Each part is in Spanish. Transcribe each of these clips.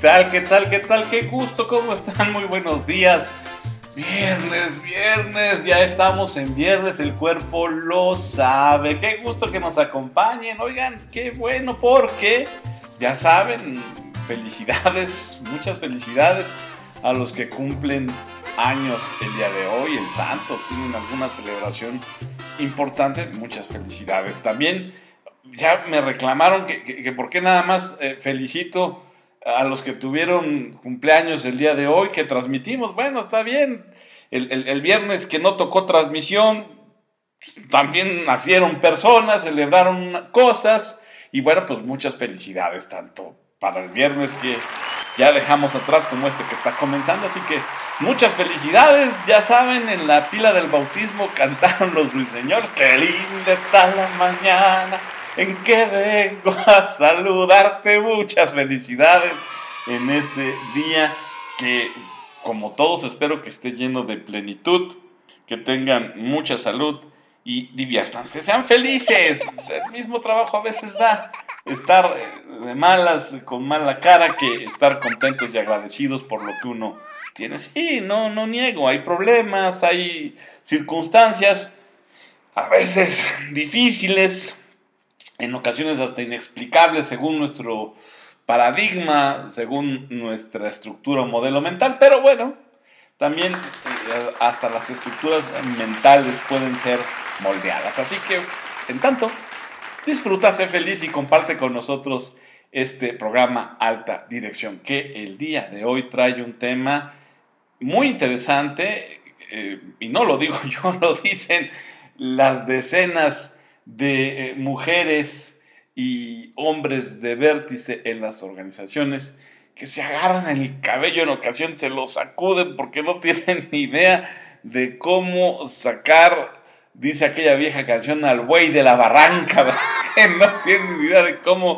tal? ¿Qué tal? ¿Qué tal? ¡Qué gusto! ¿Cómo están? Muy buenos días. Viernes, ya estamos en viernes, el cuerpo lo sabe. Qué gusto que nos acompañen. Oigan, qué bueno porque, ya saben, felicidades, muchas felicidades a los que cumplen años el día de hoy, el santo, tienen alguna celebración importante, muchas felicidades. También ya me reclamaron que por qué nada más felicito a los que tuvieron cumpleaños el día de hoy, que transmitimos. Bueno, está bien. El viernes que no tocó transmisión, también nacieron personas, celebraron cosas. Y bueno, pues muchas felicidades, tanto para el viernes que ya dejamos atrás como este que está comenzando. Así que muchas felicidades. Ya saben, en la pila del bautismo cantaron los ruiseñores. ¡Qué linda está la mañana en que vengo a saludarte! Muchas felicidades en este día que, como todos, espero que esté lleno de plenitud, que tengan mucha salud y diviértanse, sean felices. El mismo trabajo a veces da estar de malas, con mala cara, que estar contentos y agradecidos por lo que uno tiene. Sí, no niego, hay problemas, hay circunstancias a veces difíciles, en ocasiones hasta inexplicables según nuestro paradigma, según nuestra estructura o modelo mental, pero bueno, también hasta las estructuras mentales pueden ser moldeadas. Así que, en tanto, disfruta, sé feliz y comparte con nosotros este programa Alta Dirección, que el día de hoy trae un tema muy interesante, y no lo digo yo, lo dicen las decenas de mujeres y hombres de vértice en las organizaciones, que se agarran el cabello, en ocasiones se lo sacuden porque no tienen ni idea de cómo sacar, dice aquella vieja canción, al buey de la barranca, ¿verdad? Que no tienen ni idea de cómo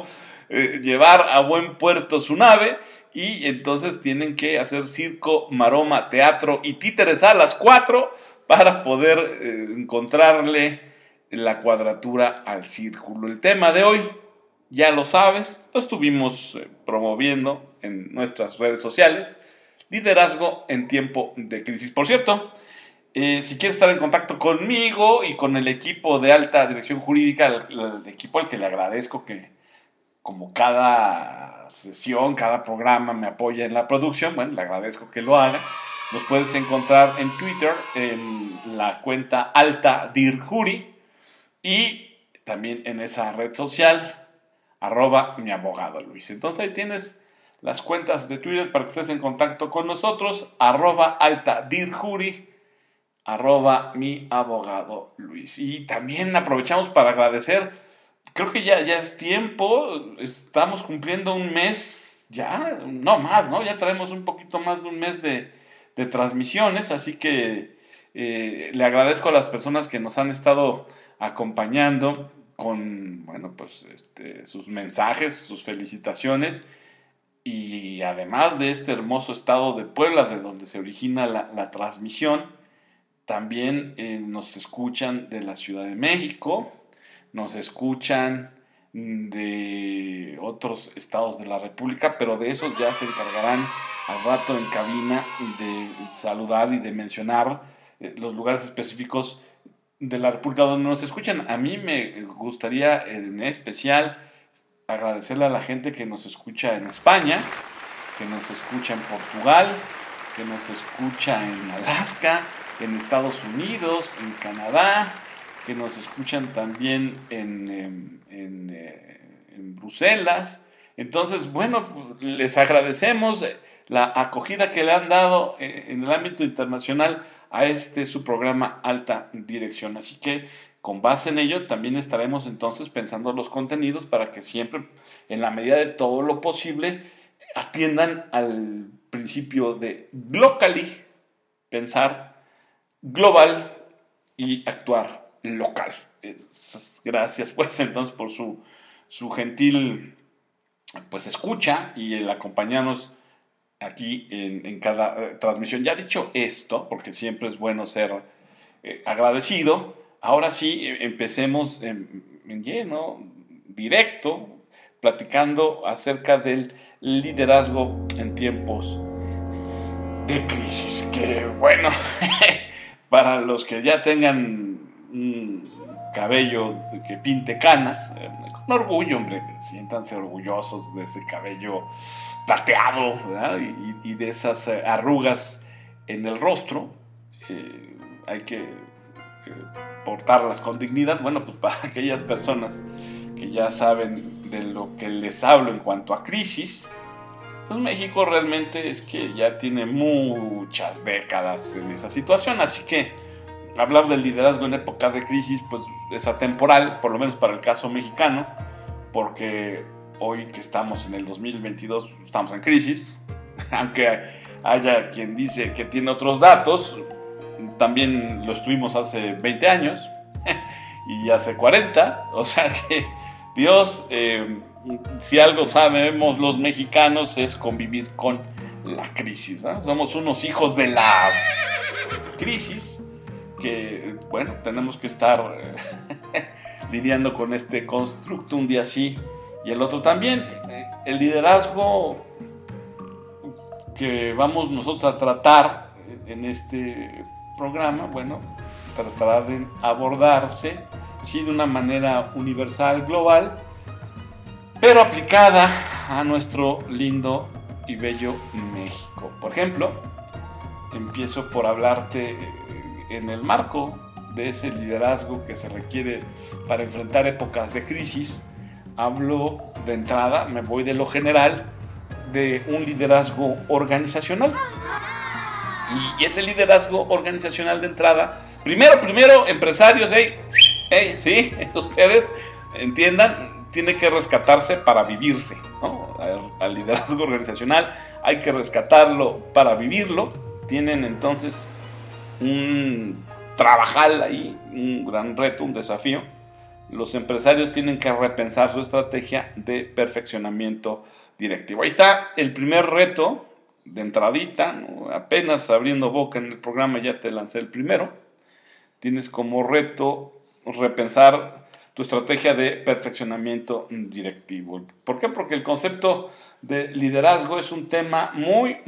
llevar a buen puerto su nave. Y entonces tienen que hacer circo, maroma, teatro y títeres a las 4 para poder encontrarle la cuadratura al círculo. El tema de hoy, ya lo sabes, lo estuvimos promoviendo en nuestras redes sociales: liderazgo en tiempo de crisis. Por cierto, si quieres estar en contacto conmigo y con el equipo de Alta Dirección Jurídica, el equipo al que le agradezco que, como cada sesión, cada programa me apoya en la producción, bueno, le agradezco que lo haga. Nos puedes encontrar en Twitter, en la cuenta Alta Dirjuri, y también en esa red social, @miabogadoLuis. Entonces ahí tienes las cuentas de Twitter para que estés en contacto con nosotros, @altadirjuri, @miabogadoLuis. Y también aprovechamos para agradecer. Creo que ya es tiempo, estamos cumpliendo un mes, ya, no más, ¿no? Ya traemos un poquito más de un mes de transmisiones, así que le agradezco a las personas que nos han estado acompañando con, bueno, pues sus mensajes, sus felicitaciones, y además de este hermoso estado de Puebla, de donde se origina la transmisión, también nos escuchan de la Ciudad de México, nos escuchan de otros estados de la República, pero de esos ya se encargarán al rato en cabina de saludar y de mencionar los lugares específicos de la República donde nos escuchan. A mí me gustaría en especial agradecerle a la gente que nos escucha en España, que nos escucha en Portugal, que nos escucha en Alaska, en Estados Unidos, en Canadá, que nos escuchan también en Bruselas. Entonces, bueno, les agradecemos la acogida que le han dado en el ámbito internacional a su programa Alta Dirección. Así que, con base en ello, también estaremos entonces pensando los contenidos para que siempre, en la medida de todo lo posible, atiendan al principio de locally, pensar global y actuar local. Gracias pues entonces por su gentil pues escucha y el acompañarnos aquí en cada transmisión. Ya dicho esto, porque siempre es bueno ser agradecido, ahora sí empecemos en lleno, directo, platicando acerca del liderazgo en tiempos de crisis. Que bueno, para los que ya tengan un cabello que pinte canas, con orgullo, hombre, siéntanse orgullosos de ese cabello plateado, ¿verdad? Y de esas arrugas en el rostro. Hay que portarlas con dignidad. Bueno, pues para aquellas personas que ya saben de lo que les hablo en cuanto a crisis, pues México realmente es que ya tiene muchas décadas en esa situación, así que hablar del liderazgo en época de crisis pues es atemporal, por lo menos para el caso mexicano, porque hoy que estamos en el 2022 estamos en crisis, aunque haya quien dice que tiene otros datos, también lo estuvimos hace 20 años y hace 40, o sea que Dios, si algo sabemos los mexicanos es convivir con la crisis, ¿no? Somos unos hijos de la crisis que, bueno, tenemos que estar lidiando con este constructo un día sí y el otro también. El liderazgo que vamos nosotros a tratar en este programa, bueno, tratará de abordarse, sí, de una manera universal, global, pero aplicada a nuestro lindo y bello México. Por ejemplo, empiezo por hablarte en el marco de ese liderazgo que se requiere para enfrentar épocas de crisis. Hablo de entrada, me voy de lo general, de un liderazgo organizacional. Y ese liderazgo organizacional de entrada, primero, empresarios, sí, ustedes entiendan, tiene que rescatarse para vivirse, ¿no? Al liderazgo organizacional hay que rescatarlo para vivirlo. Tienen entonces un trabajal ahí, un gran reto, un desafío. Los empresarios tienen que repensar su estrategia de perfeccionamiento directivo. Ahí está el primer reto de entradita, ¿no? Apenas abriendo boca en el programa ya te lancé el primero. Tienes como reto repensar tu estrategia de perfeccionamiento directivo. ¿Por qué? Porque el concepto de liderazgo es un tema muy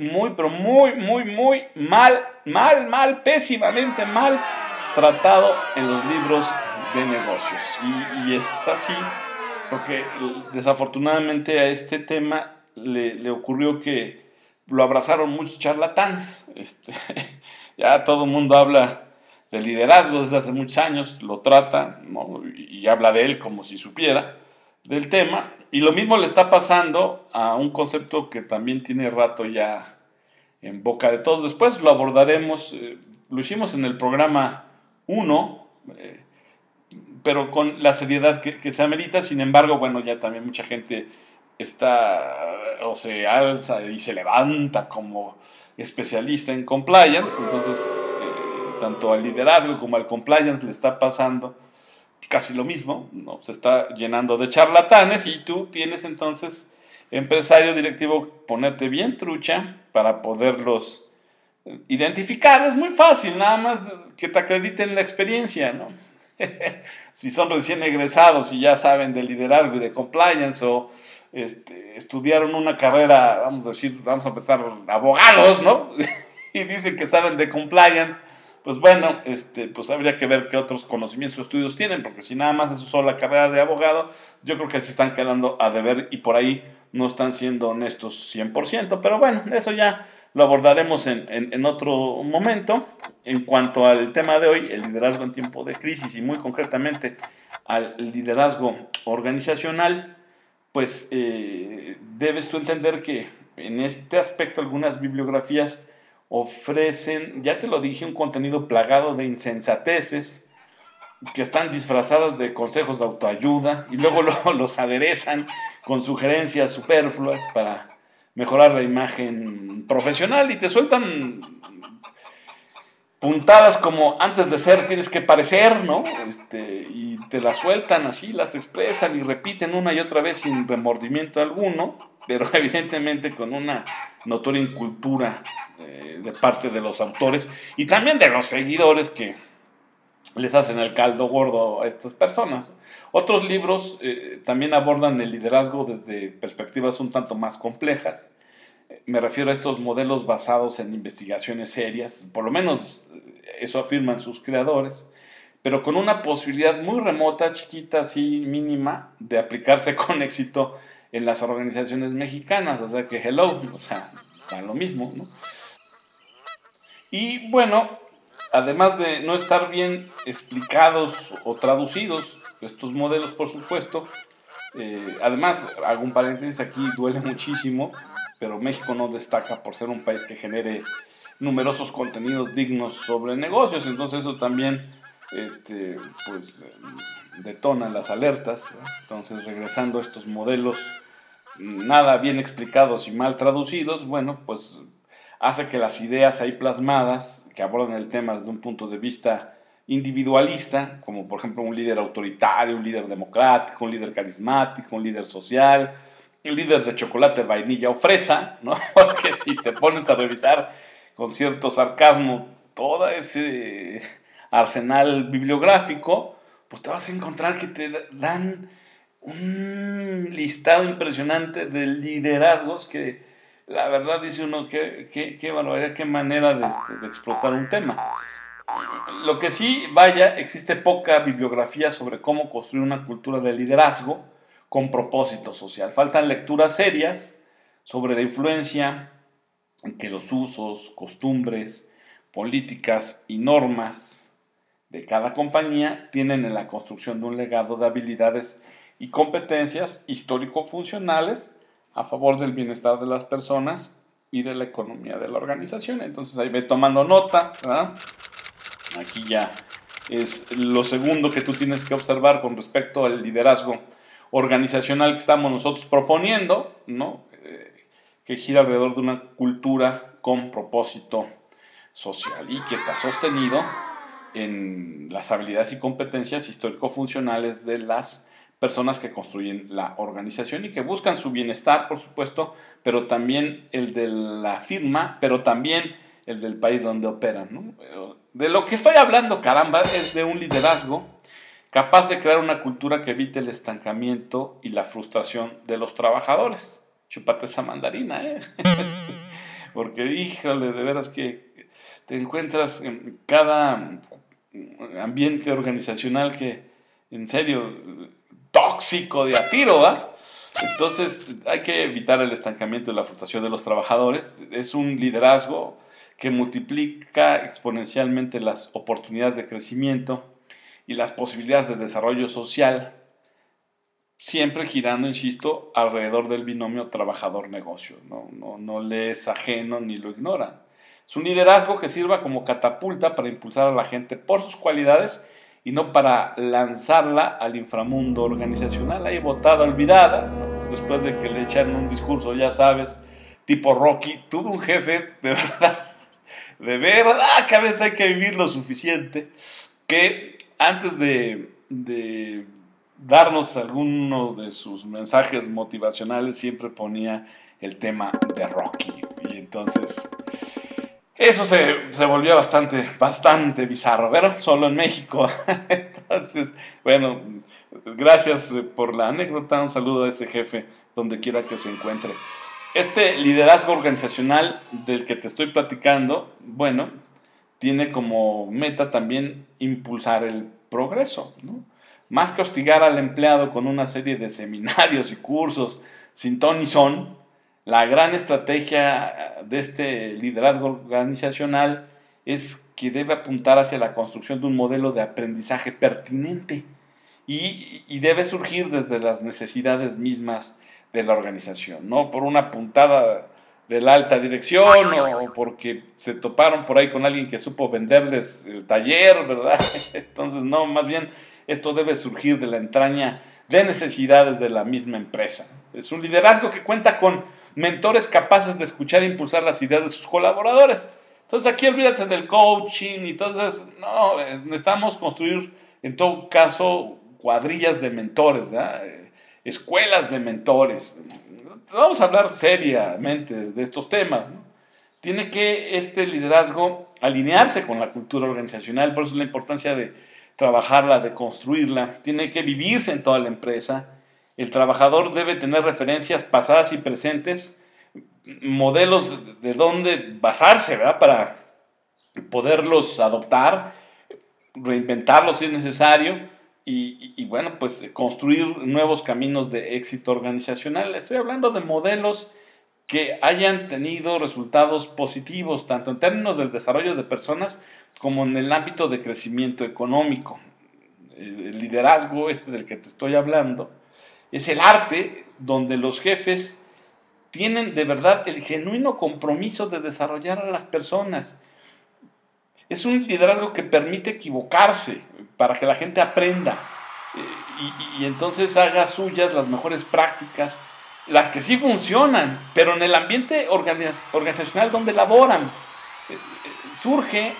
pésimamente mal tratado en los libros de negocios. Y es así porque desafortunadamente a este tema le ocurrió que lo abrazaron muchos charlatanes. Ya todo el mundo habla de liderazgo desde hace muchos años, lo trata, ¿no? Y habla de él como si supiera del tema. Y lo mismo le está pasando a un concepto que también tiene rato ya en boca de todos. Después lo abordaremos, lo hicimos en el programa 1, pero con la seriedad que se amerita. Sin embargo, bueno, ya también mucha gente está o se alza y se levanta como especialista en compliance. Entonces, tanto al liderazgo como al compliance le está pasando casi lo mismo, ¿no? Se está llenando de charlatanes y tú tienes entonces, empresario, directivo, ponerte bien trucha para poderlos identificar. Es muy fácil, nada más que te acrediten la experiencia, ¿no? Si son recién egresados y ya saben de liderazgo y de compliance, o estudiaron una carrera, vamos a empezar abogados, ¿no? Y dicen que saben de compliance, pues bueno, pues habría que ver qué otros conocimientos o estudios tienen, porque si nada más es solo la carrera de abogado, yo creo que se están quedando a deber y por ahí no están siendo honestos 100%, pero bueno, eso ya lo abordaremos en otro momento. En cuanto al tema de hoy, el liderazgo en tiempo de crisis y muy concretamente al liderazgo organizacional, pues debes tú entender que en este aspecto algunas bibliografías ofrecen, ya te lo dije, un contenido plagado de insensateces que están disfrazadas de consejos de autoayuda y luego los aderezan con sugerencias superfluas para mejorar la imagen profesional y te sueltan puntadas como antes de ser tienes que parecer, ¿no? Y te las sueltan así, las expresan y repiten una y otra vez sin remordimiento alguno, pero evidentemente con una notoria incultura de parte de los autores y también de los seguidores que les hacen el caldo gordo a estas personas. Otros libros también abordan el liderazgo desde perspectivas un tanto más complejas. Me refiero a estos modelos basados en investigaciones serias, por lo menos eso afirman sus creadores, pero con una posibilidad muy remota, chiquita, así mínima, de aplicarse con éxito en las organizaciones mexicanas. O sea que hello, o sea, da lo mismo, ¿no? Y bueno, además de no estar bien explicados o traducidos estos modelos, por supuesto, además, hago un paréntesis aquí, duele muchísimo, pero México no destaca por ser un país que genere numerosos contenidos dignos sobre negocios, entonces eso también pues detona las alertas, ¿no? Entonces, regresando a estos modelos nada bien explicados y mal traducidos, bueno, pues hace que las ideas ahí plasmadas, que abordan el tema desde un punto de vista individualista, como por ejemplo un líder autoritario, un líder democrático, un líder carismático, un líder social, un líder de chocolate, vainilla o fresa, ¿no? Porque si te pones a revisar con cierto sarcasmo todo ese arsenal bibliográfico, pues te vas a encontrar que te dan un listado impresionante de liderazgos que la verdad dice uno, qué barbaridad, qué manera de explotar un tema. Lo que sí, vaya, existe poca bibliografía sobre cómo construir una cultura de liderazgo con propósito social. Faltan lecturas serias sobre la influencia que los usos, costumbres, políticas y normas de cada compañía tienen en la construcción de un legado de habilidades y competencias histórico-funcionales a favor del bienestar de las personas y de la economía de la organización. Entonces ahí ve tomando nota, ¿verdad? Aquí ya es lo segundo que tú tienes que observar con respecto al liderazgo organizacional que estamos nosotros proponiendo, ¿no? Que gira alrededor de una cultura con propósito social y que está sostenido en las habilidades y competencias histórico-funcionales de las personas que construyen la organización y que buscan su bienestar, por supuesto, pero también el de la firma, pero también el del país donde operan, ¿no? De lo que estoy hablando, caramba, es de un liderazgo capaz de crear una cultura que evite el estancamiento y la frustración de los trabajadores. Chúpate esa mandarina, ¿eh? Porque, híjole, de veras que te encuentras en cada ambiente organizacional que, en serio, tóxico de a tiro, ¿va? Entonces hay que evitar el estancamiento y la frustración de los trabajadores. Es un liderazgo que multiplica exponencialmente las oportunidades de crecimiento y las posibilidades de desarrollo social, siempre girando, insisto, alrededor del binomio trabajador-negocio. No le es ajeno ni lo ignora. Es un liderazgo que sirva como catapulta para impulsar a la gente por sus cualidades y no para lanzarla al inframundo organizacional, ahí botada, olvidada, ¿no? Después de que le echan un discurso, ya sabes, tipo Rocky. Tuve un jefe, de verdad que a veces hay que vivir lo suficiente, que antes de darnos algunos de sus mensajes motivacionales siempre ponía el tema de Rocky. Y entonces eso se volvió bastante bizarro, pero solo en México. Entonces, bueno, gracias por la anécdota, un saludo a ese jefe donde quiera que se encuentre. Este liderazgo organizacional del que te estoy platicando, bueno, tiene como meta también impulsar el progreso, ¿no? Más que hostigar al empleado con una serie de seminarios y cursos sin ton ni son, la gran estrategia de este liderazgo organizacional es que debe apuntar hacia la construcción de un modelo de aprendizaje pertinente y debe surgir desde las necesidades mismas de la organización, no por una puntada de la alta dirección o porque se toparon por ahí con alguien que supo venderles el taller, ¿verdad? Entonces, no, más bien esto debe surgir de la entraña de necesidades de la misma empresa. Es un liderazgo que cuenta con mentores capaces de escuchar e impulsar las ideas de sus colaboradores. Entonces aquí olvídate del coaching y entonces, no, necesitamos construir en todo caso cuadrillas de mentores, ¿verdad? Escuelas de mentores. Vamos a hablar seriamente de estos temas, ¿no? Tiene que este liderazgo alinearse con la cultura organizacional, por eso es la importancia de trabajarla, de construirla, tiene que vivirse en toda la empresa. El trabajador debe tener referencias pasadas y presentes, modelos de dónde basarse, ¿verdad?, para poderlos adoptar, reinventarlos si es necesario y bueno, pues construir nuevos caminos de éxito organizacional. Estoy hablando de modelos que hayan tenido resultados positivos, tanto en términos del desarrollo de personas como en el ámbito de crecimiento económico. El liderazgo del que te estoy hablando es el arte donde los jefes tienen de verdad el genuino compromiso de desarrollar a las personas. Es un liderazgo que permite equivocarse para que la gente aprenda y entonces haga suyas las mejores prácticas, las que sí funcionan, pero en el ambiente organizacional donde laboran. Surge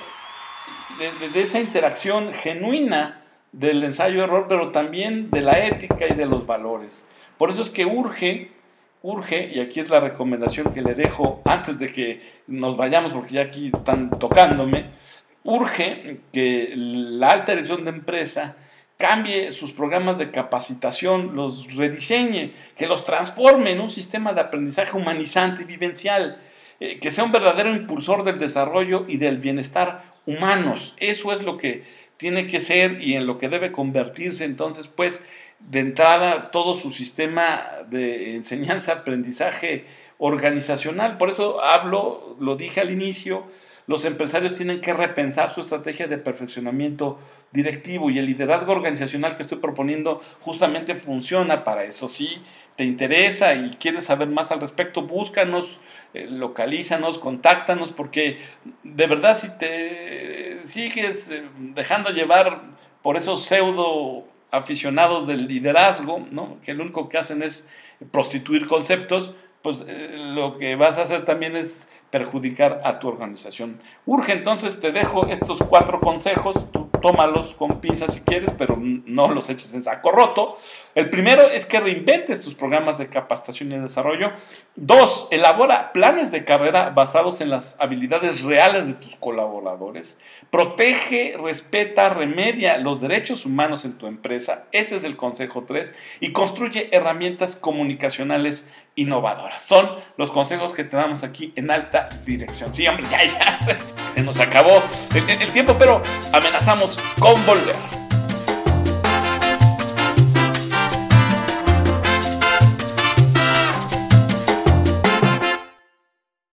de esa interacción genuina del ensayo-error, pero también de la ética y de los valores. Por eso es que urge, y aquí es la recomendación que le dejo antes de que nos vayamos, porque ya aquí están tocándome, urge que la alta dirección de empresa cambie sus programas de capacitación, los rediseñe, que los transforme en un sistema de aprendizaje humanizante y vivencial, que sea un verdadero impulsor del desarrollo y del bienestar humanos. Eso es lo que tiene que ser y en lo que debe convertirse entonces, pues, de entrada todo su sistema de enseñanza-aprendizaje organizacional. Por eso hablo, lo dije al inicio, los empresarios tienen que repensar su estrategia de perfeccionamiento directivo y el liderazgo organizacional que estoy proponiendo justamente funciona para eso. Si te interesa y quieres saber más al respecto, búscanos, localízanos, contáctanos, porque de verdad si te sigues dejando llevar por esos pseudo aficionados del liderazgo, ¿no?, que lo único que hacen es prostituir conceptos, pues lo que vas a hacer también es perjudicar a tu organización. Urge, entonces te dejo estos 4 consejos, tú tómalos con pinzas si quieres, pero no los eches en saco roto. El primero es que reinventes tus programas de capacitación y desarrollo. 2, elabora planes de carrera basados en las habilidades reales de tus colaboradores. Protege, respeta, remedia los derechos humanos en tu empresa. Ese es el consejo 3. Y construye herramientas comunicacionales innovadoras. Son los consejos que te damos aquí en Alta Dirección. Sí, hombre, ya se nos acabó el tiempo, pero amenazamos con volver.